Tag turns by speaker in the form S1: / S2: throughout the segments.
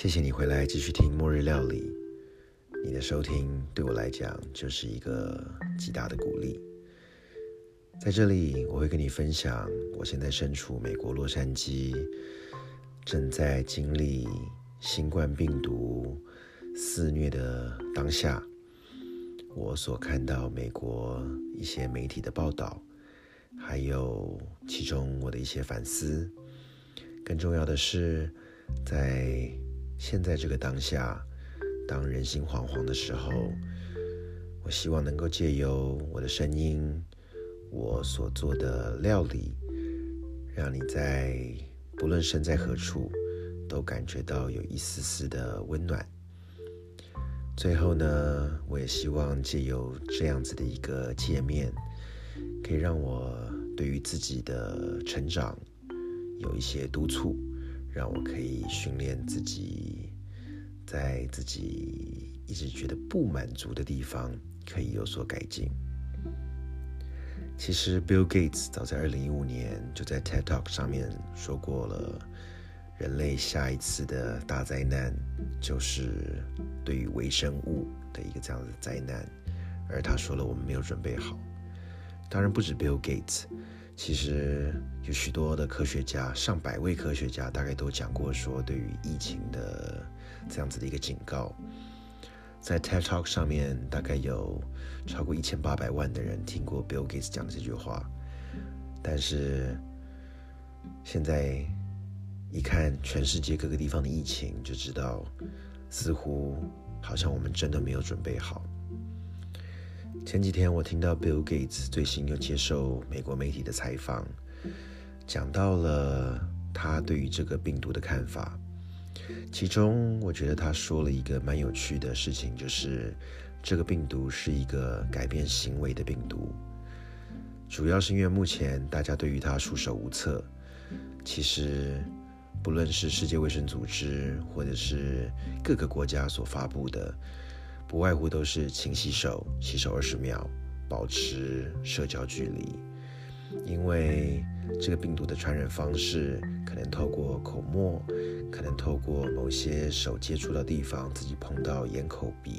S1: 谢谢你回来继续听末日料理，你的收听对我来讲就是一个极大的鼓励。在这里我会跟你分享我现在身处美国洛杉矶，正在经历新冠病毒肆虐的当下，我所看到美国一些媒体的报道，还有其中我的一些反思。更重要的是，在现在这个当下，当人心惶惶的时候，我希望能够借由我的声音，我所做的料理，让你在不论身在何处，都感觉到有一丝丝的温暖。最后呢，我也希望借由这样子的一个界面，可以让我对于自己的成长有一些督促，让我可以训练自己，在自己一直觉得不满足的地方可以有所改进。其实 Bill Gates 早在2015年就在 TED Talk 上面说过了，人类下一次的大灾难就是对于微生物的一个这样的灾难，而他说了我们没有准备好。当然不止 Bill Gates， 其实有许多的科学家，上百位科学家大概都讲过说对于疫情的这样子的一个警告。在 TED Talk 上面大概有超过1800万的人听过 Bill Gates 讲的这句话，但是现在一看全世界各个地方的疫情，就知道似乎好像我们真的没有准备好。前几天我听到 Bill Gates 最新又接受美国媒体的采访，讲到了他对于这个病毒的看法。其中我觉得他说了一个蛮有趣的事情，就是这个病毒是一个改变行为的病毒，主要是因为目前大家对于它束手无策。其实不论是世界卫生组织或者是各个国家所发布的，不外乎都是勤洗手，洗手20秒，保持社交距离。因为这个病毒的传染方式可能透过口沫，可能透过某些手接触到地方，自己碰到眼口鼻。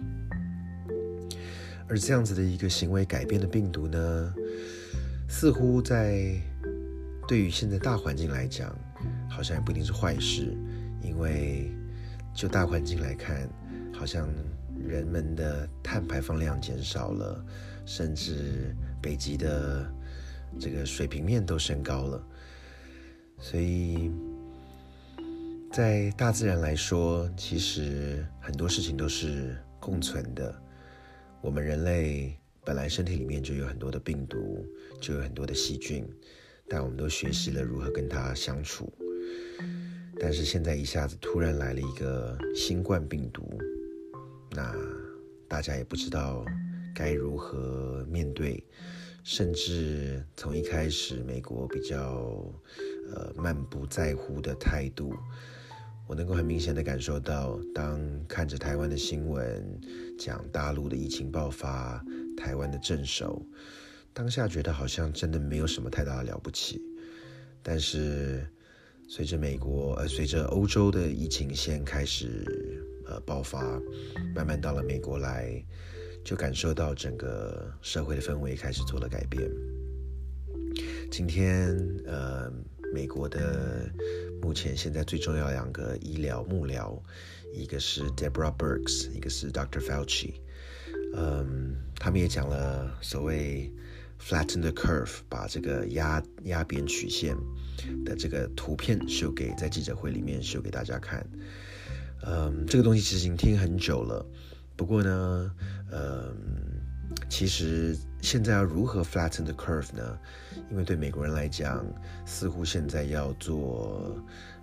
S1: 而这样子的一个行为改变的病毒呢，似乎在对于现在大环境来讲，好像也不一定是坏事。因为就大环境来看，好像人们的碳排放量减少了，甚至北极的这个水平面都升高了。所以在大自然来说，其实很多事情都是共存的。我们人类本来身体里面就有很多的病毒，就有很多的细菌，但我们都学习了如何跟它相处。但是现在一下子突然来了一个新冠病毒，那大家也不知道该如何面对，甚至从一开始美国比较漫不在乎的态度，我能够很明显的感受到，当看着台湾的新闻讲大陆的疫情爆发，台湾的镇守，当下觉得好像真的没有什么太大的了不起。但是随着欧洲的疫情先开始爆发，慢慢到了美国来，就感受到整个社会的氛围开始做了改变。今天美国的目前现在最重要的2个医疗幕僚，一个是 Deborah Birx， 一个是 Dr. Fauci。他们也讲了所谓 flatten the curve， 把这个压扁曲线的这个图片在记者会里面秀给大家看。这个东西其实已经听很久了，不过呢，其实现在要如何 flatten the curve 呢？因为对美国人来讲，似乎现在要做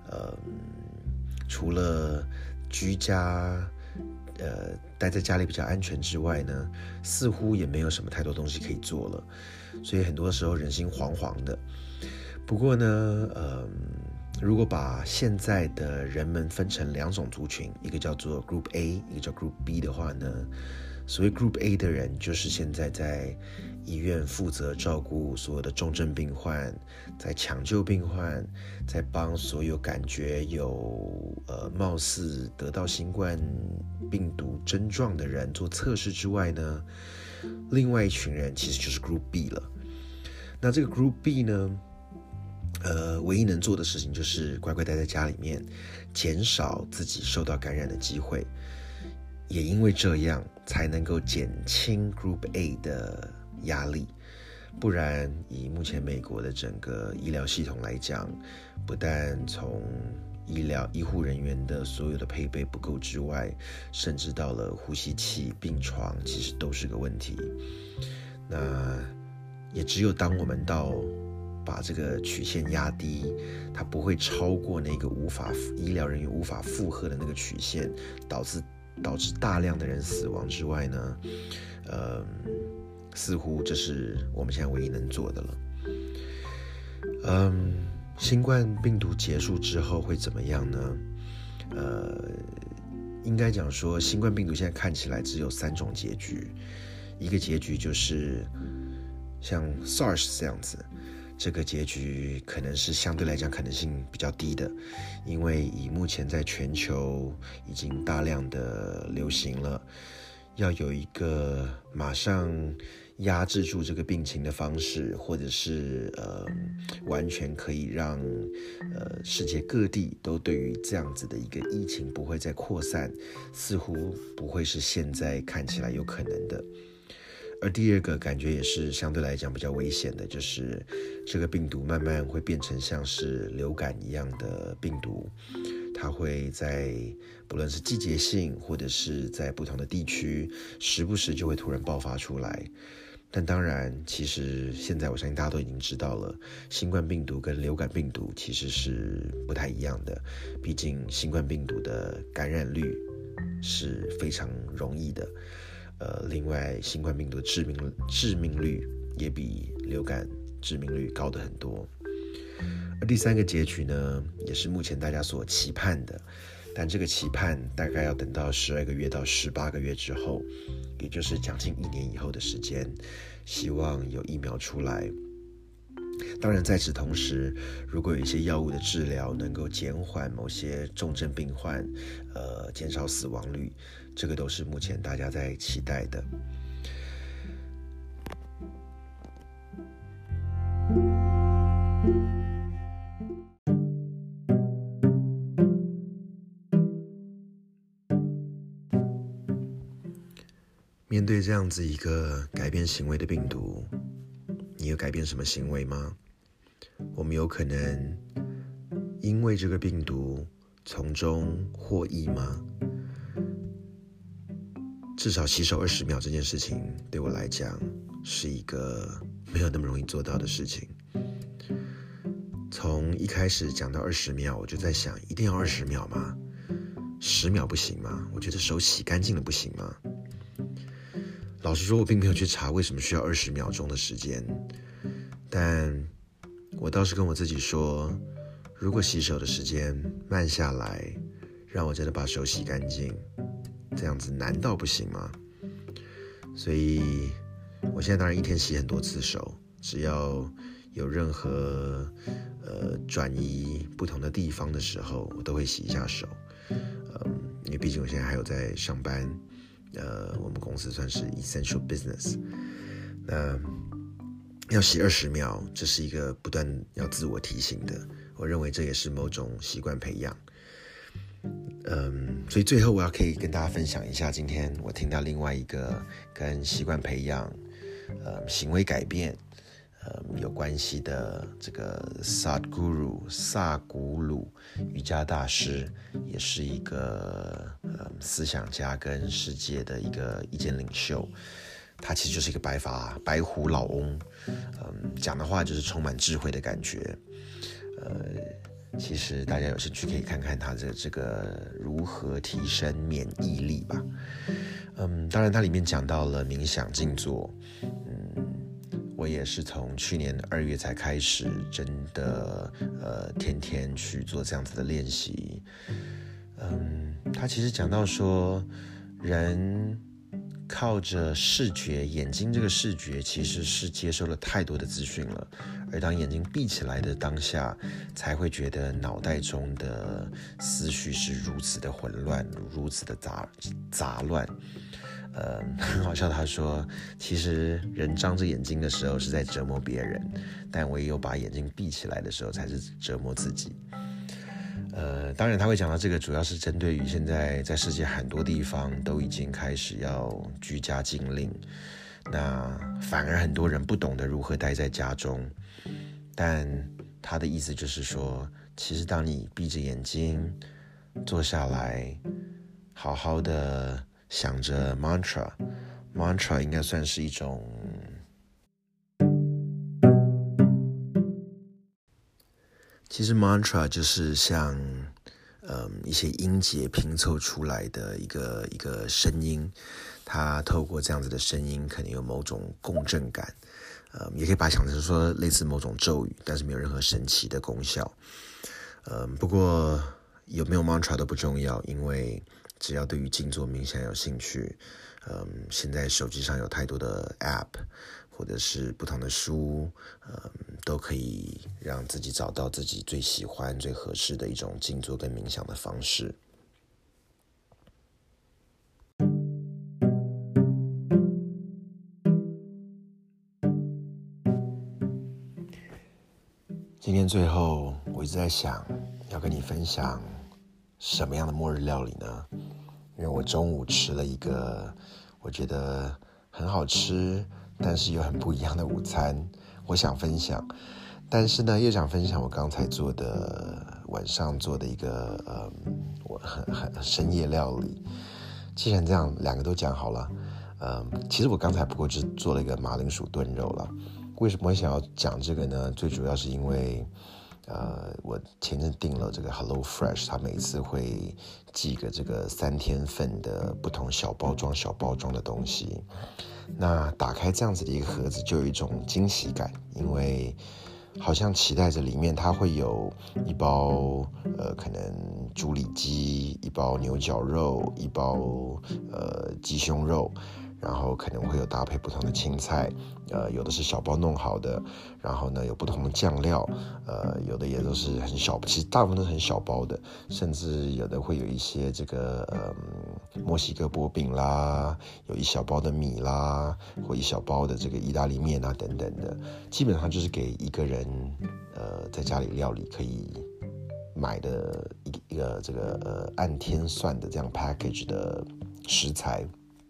S1: 除了居家待在家里比较安全之外呢，似乎也没有什么太多东西可以做了，所以很多时候人心惶惶的。不过呢，如果把现在的人们分成2种族群，一个叫做 Group A， 一个叫 Group B 的话呢，所谓 Group A 的人就是现在在医院负责照顾所有的重症病患，在抢救病患，在帮所有感觉有貌似得到新冠病毒症状的人做测试之外呢，另外一群人其实就是 Group B 了。那这个 Group B 呢，唯一能做的事情就是乖乖待在家里面，减少自己受到感染的机会。也因为这样，才能够减轻 Group A 的压力。不然，以目前美国的整个医疗系统来讲，不但从医护人员的所有的配备不够之外，甚至到了呼吸器、病床，其实都是个问题。那也只有当我们把这个曲线压低，它不会超过那个医疗人员无法负荷的那个曲线，导致大量的人死亡之外呢，似乎这是我们现在唯一能做的了。新冠病毒结束之后会怎么样呢？应该讲说，新冠病毒现在看起来只有3种结局。一个结局就是像 SARS 这样子，这个结局可能是相对来讲可能性比较低的，因为以目前在全球已经大量的流行了，要有一个马上压制住这个病情的方式，或者是完全可以让世界各地都对于这样子的一个疫情不会再扩散，似乎不会是现在看起来有可能的。而第二个感觉也是相对来讲比较危险的，就是这个病毒慢慢会变成像是流感一样的病毒，它会在不论是季节性或者是在不同的地区，时不时就会突然爆发出来。但当然，其实现在我相信大家都已经知道了，新冠病毒跟流感病毒其实是不太一样的，毕竟新冠病毒的感染率是非常容易的。另外，新冠病毒的致命率也比流感致命率高得很多。而第3个结局呢，也是目前大家所期盼的，但这个期盼大概要等到12个月到18个月之后，也就是将近1年以后的时间，希望有疫苗出来。当然，在此同时，如果有一些药物的治疗能够减缓某些重症病患，减少死亡率，这个都是目前大家在期待的。面对这样子一个改变行为的病毒，你有改变什么行为吗？我们有可能因为这个病毒从中获益吗？至少洗手20秒这件事情对我来讲是一个没有那么容易做到的事情。从一开始讲到20秒，我就在想，一定要20秒吗？10秒不行吗？我觉得手洗干净了不行吗？老实说，我并没有去查为什么需要20秒钟的时间，但我倒是跟我自己说，如果洗手的时间慢下来，让我真的把手洗干净，这样子难道不行吗？所以我现在当然一天洗很多次手，只要有任何转移不同的地方的时候，我都会洗一下手。因为毕竟我现在还有在上班，我们公司算是 essential business， 那要洗20秒，这是一个不断要自我提醒的，我认为这也是某种习惯培养。所以最后我可以跟大家分享一下，今天我听到另外一个跟习惯培养、行为改变有关系的这个萨古鲁瑜伽大师，也是一个思想家跟世界的一个意见领袖。他其实就是一个白胡老翁，讲的话就是充满智慧的感觉。其实大家有兴趣可以看看他的这个如何提升免疫力吧。当然它里面讲到了冥想静坐，我也是从去年2月才开始真的天天去做这样子的练习。他其实讲到说，人靠着视觉，眼睛这个视觉其实是接收了太多的资讯了，而当眼睛闭起来的当下，才会觉得脑袋中的思绪是如此的混乱，如此的杂乱。很好笑，他说其实人张着眼睛的时候是在折磨别人，但唯有把眼睛闭起来的时候才是折磨自己。当然他会讲到这个主要是针对于现在在世界很多地方都已经开始要居家禁令，那反而很多人不懂得如何待在家中，但他的意思就是说，其实当你闭着眼睛坐下来好好的想着 mantra 应该算是一种其实 mantra 就是像一些音节拼凑出来的一个声音，它透过这样子的声音可能有某种共振感，也可以把它想成说类似某种咒语，但是没有任何神奇的功效。不过有没有 mantra 都不重要，因为只要对于静坐冥想有兴趣，现在手机上有太多的 app 或者是不同的书，都可以让自己找到自己最喜欢最合适的一种静坐跟冥想的方式。今天最后我一直在想要跟你分享什么样的末日料理呢？因为我中午吃了一个我觉得很好吃但是又很不一样的午餐，我想分享，但是呢又想分享我刚才晚上做的一个我很深夜料理。既然这样两个都讲好了，其实我刚才不过就是做了一个马铃薯炖肉了。为什么会想要讲这个呢？最主要是因为我前阵订了这个 Hello Fresh， 它每次会寄个这个3天份的不同小包装的东西。那打开这样子的一个盒子就有一种惊喜感，因为好像期待着里面它会有一包可能猪里脊，一包牛角肉，一包鸡胸肉，然后可能会有搭配不同的青菜，有的是小包弄好的，然后呢有不同的酱料，有的也都是很小，其实大部分都是很小包的，甚至有的会有一些这个墨西哥薄饼啦，有一小包的米啦，或一小包的这个意大利面啊等等的，基本上就是给一个人在家里料理可以买的一个这个按天算的这样 package 的食材。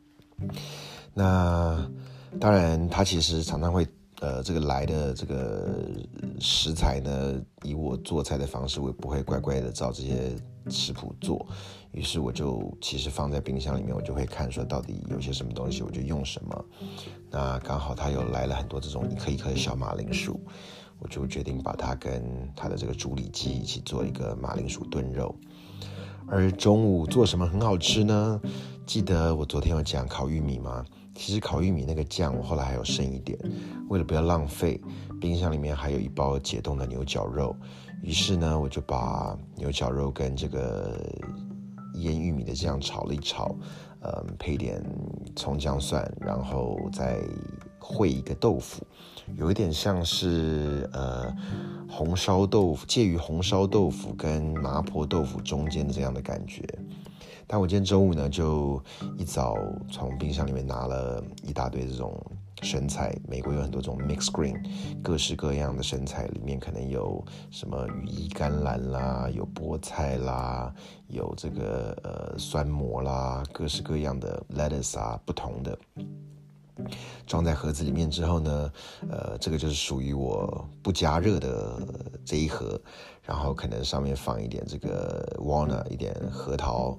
S1: 那当然它其实常常会这个来的这个食材呢，以我做菜的方式我也不会乖乖的照这些食谱做，于是我就其实放在冰箱里面，我就会看说到底有些什么东西我就用什么。那刚好它有来了很多这种一颗一颗的小马铃薯，我就决定把它跟它的这个猪里脊一起做一个马铃薯炖肉。而中午做什么很好吃呢？记得我昨天有讲烤玉米吗？其实烤玉米那个酱我后来还有剩一点，为了不要浪费，冰箱里面还有一包解冻的牛角肉，于是呢我就把牛角肉跟这个腌玉米的酱炒了一炒，配点葱姜蒜，然后再烩一个豆腐，有一点像是红烧豆腐，介于红烧豆腐跟麻婆豆腐中间的这样的感觉。但我今天中午呢，就一早从冰箱里面拿了一大堆这种生菜，美国有很多这种 mixed green， 各式各样的生菜，里面可能有什么羽衣甘蓝啦，有菠菜啦，有这个酸蘑啦，各式各样的 lettuce 啊，不同的。装在盒子里面之后呢，这个就是属于我不加热的这一盒，然后可能上面放一点这个 walnut， 一点核桃，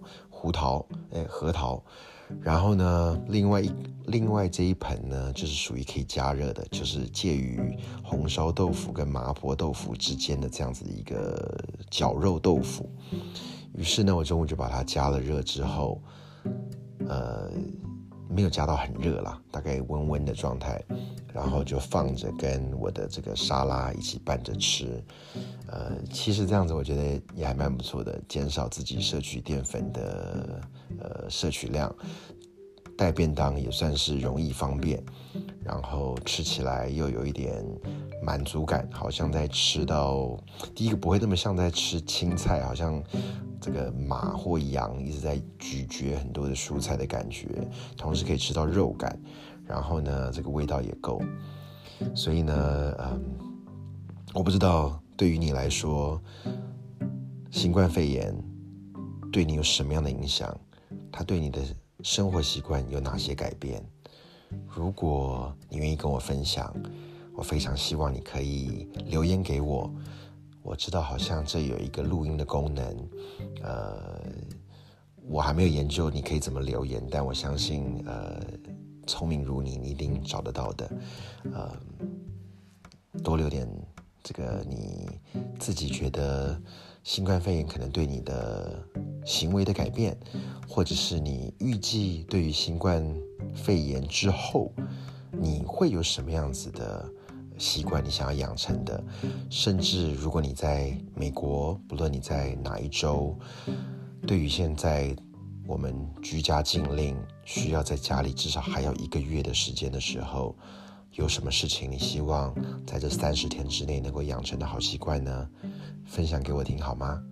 S1: 然后呢，另外这一盆呢，就是属于可以加热的，就是介于红烧豆腐跟麻婆豆腐之间的这样子的一个绞肉豆腐。于是呢，我中午就把它加了热之后，没有加到很热啦，大概温温的状态，然后就放着跟我的这个沙拉一起拌着吃。其实这样子我觉得也还蛮不错的，减少自己摄取淀粉的摄取量。 带便当也算是容易方便，然后吃起来又有一点满足感，好像在吃到第一个不会那么像在吃青菜，好像这个马或羊一直在咀嚼很多的蔬菜的感觉，同时可以吃到肉感，然后呢这个味道也够。所以呢我不知道对于你来说新冠肺炎对你有什么样的影响，它对你的生活习惯有哪些改变。如果你愿意跟我分享，我非常希望你可以留言给我。我知道好像这有一个录音的功能，我还没有研究你可以怎么留言，但我相信聪明如你，你一定找得到的。多留点这个你自己觉得新冠肺炎可能对你的行为的改变，或者是你预计对于新冠肺炎之后你会有什么样子的习惯你想要养成的，甚至如果你在美国，不论你在哪一州，对于现在我们居家禁令需要在家里至少还要1个月的时间的时候，有什么事情你希望在这30天之内能够养成的好习惯呢？分享给我听好吗？